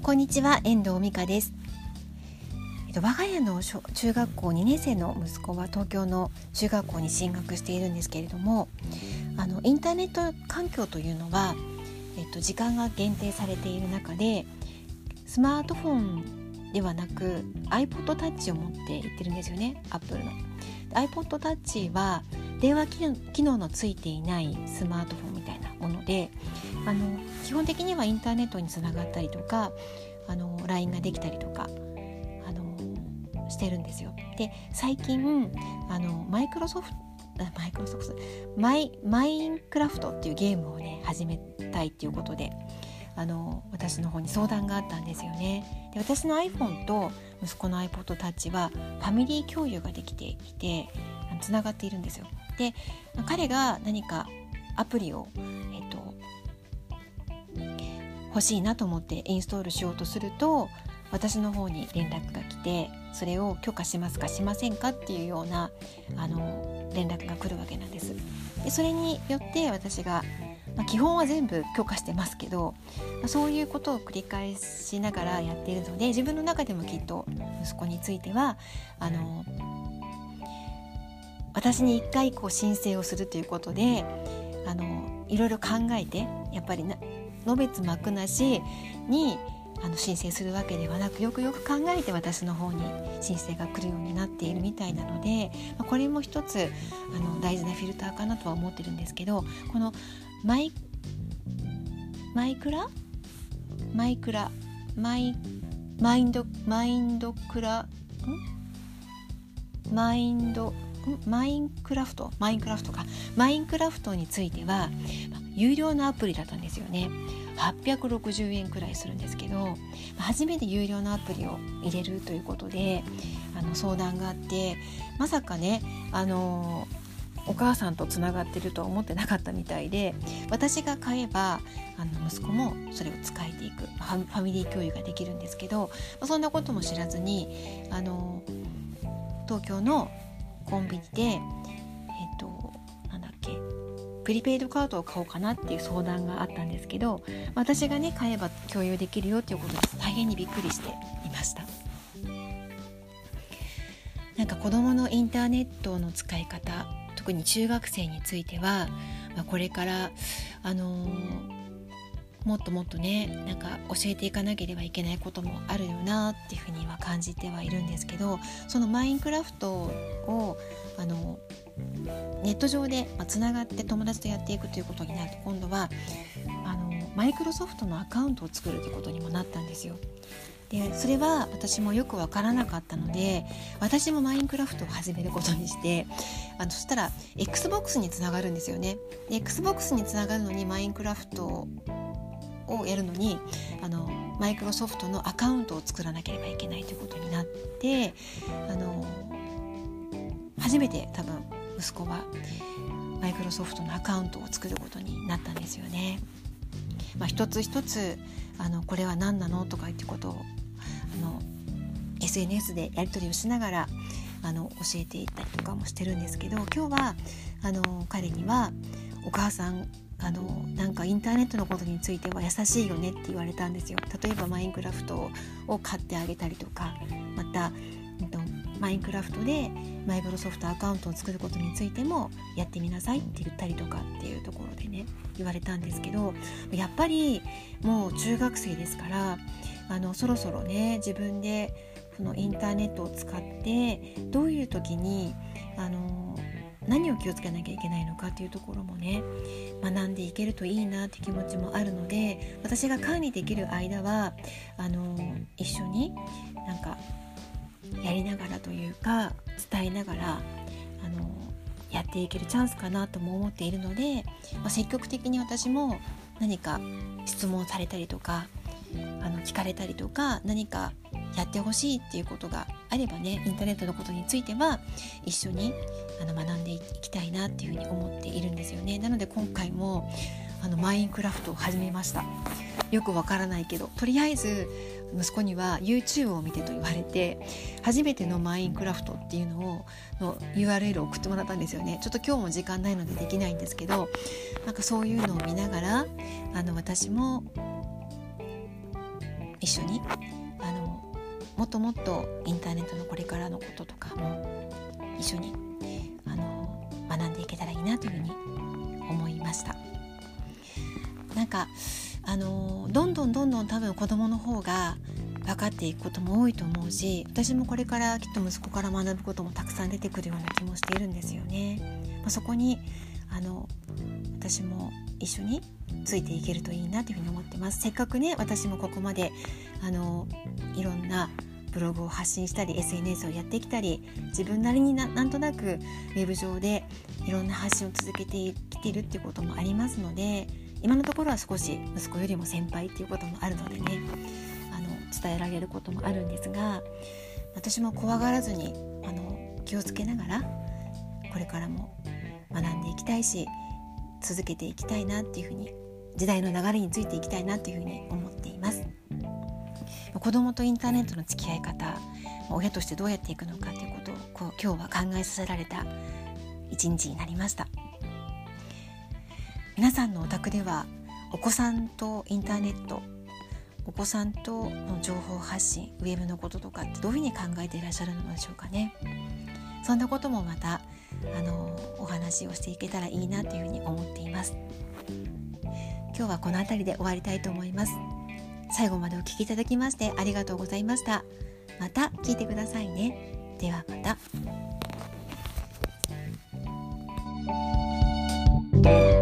こんにちは、遠藤美香です。我が家の中学校2年生の息子は東京の中学校に進学しているんですけれども、インターネット環境というのは、時間が限定されている中でスマートフォンではなく iPod Touch を持っていってるんですよね。 Apple の iPod Touch は電話機能のついていないスマートフォンみたいなもので、基本的にはインターネットにつながったりとかLINE ができたりとかしてるんですよ。で、最近マインクラフトっていうゲームをね始めたいっていうことで私の方に相談があったんですよね。で、私の iPhone と息子の iPod Touch はファミリー共有ができていてつながっているんですよ。で、彼が何かアプリを、欲しいなと思ってインストールしようとすると私の方に連絡が来て、それを許可しますかしませんかっていうような連絡が来るわけなんです。で、それによって私が、基本は全部許可してますけど、そういうことを繰り返しながらやっているので、自分の中でもきっと息子については私に一回申請をするということでいろいろ考えて、やっぱりのべつ幕なしに申請するわけではなく、よくよく考えて私の方に申請が来るようになっているみたいなので、これも一つ大事なフィルターかなとは思ってるんですけど、このマインクラフトについては有料のアプリだったんですよね。860円くらいするんですけど、初めて有料のアプリを入れるということで相談があって、まさかねお母さんとつながってるとは思ってなかったみたいで、私が買えば息子もそれを使えていくファミリー共有ができるんですけど、そんなことも知らずに東京のコンビニでプリペイドカードを買おうかなっていう相談があったんですけど、私がね買えば共有できるよっていうことで大変にびっくりしていました。なんか子どものインターネットの使い方、特に中学生については、これからもっともっとねなんか教えていかなければいけないこともあるよなっていうふうには感じてはいるんですけど、そのマインクラフトをネット上でつながって友達とやっていくということになると、今度はマイクロソフトのアカウントを作るということにもなったんですよ。で、それは私もよくわからなかったので、私もマインクラフトを始めることにしてそしたら Xbox につながるんですよね。で Xbox につながるのにマインクラフトをやるのにマイクロソフトのアカウントを作らなければいけないということになって、初めて多分息子はマイクロソフトのアカウントを作ることになったんですよね。一つ一つこれは何なのとかってことをSNS でやり取りをしながら教えていったりとかもしてるんですけど、今日は彼にはお母さんなんかインターネットのことについては優しいよねって言われたんですよ。例えばマインクラフトを買ってあげたりとか、またマインクラフトでマイクロソフトアカウントを作ることについてもやってみなさいって言ったりとかっていうところでね言われたんですけど、やっぱりもう中学生ですからそろそろね自分でそのインターネットを使ってどういう時に何を気をつけなきゃいけないのかというところもね学んでいけるといいなって気持ちもあるので、私が管理できる間は一緒になんかやりながらというか伝えながらやっていけるチャンスかなとも思っているので、積極的に私も何か質問されたりとか聞かれたりとか何かやってほしいっていうことがあればね、インターネットのことについては一緒に学んでいきたいなっていうふうに思っているんですよね。なので今回もマインクラフトを始めました。よくわからないけどとりあえず息子には YouTube を見てと言われて、初めてのマインクラフトっていうのを URL を送ってもらったんですよね。ちょっと今日も時間ないのでできないんですけど、なんかそういうのを見ながら私も一緒にもっともっとインターネットのこれからのこととかも一緒に学んでいけたらいいなというふうに思いました。なんかどんどん多分子どもの方が分かっていくことも多いと思うし、私もこれからきっと息子から学ぶこともたくさん出てくるような気もしているんですよね。そこに私も一緒についていけるといいなというふうに思ってます。せっかくね、私もここまでいろんなブログを発信したり SNS をやってきたり、自分なりになんとなくウェブ上でいろんな発信を続けてきているっていうこともありますので、今のところは少し息子よりも先輩っていうこともあるのでね、伝えられることもあるんですが、私も怖がらずに気をつけながらこれからも学んでいきたいし、続けていきたいなっていうふうに、時代の流れについていきたいなっていうふうに思っています。子どもとインターネットの付き合い方、親としてどうやっていくのかということを今日は考えさせられた一日になりました。皆さんのお宅ではお子さんとインターネット、お子さんとの情報発信、ウェブのこととかってどういうふうに考えていらっしゃるのでしょうかね。そんなこともまたお話をしていけたらいいなというふうに思っています。今日はこの辺りで終わりたいと思います。最後までお聞きいただきましてありがとうございました。また聞いてくださいね。ではまた。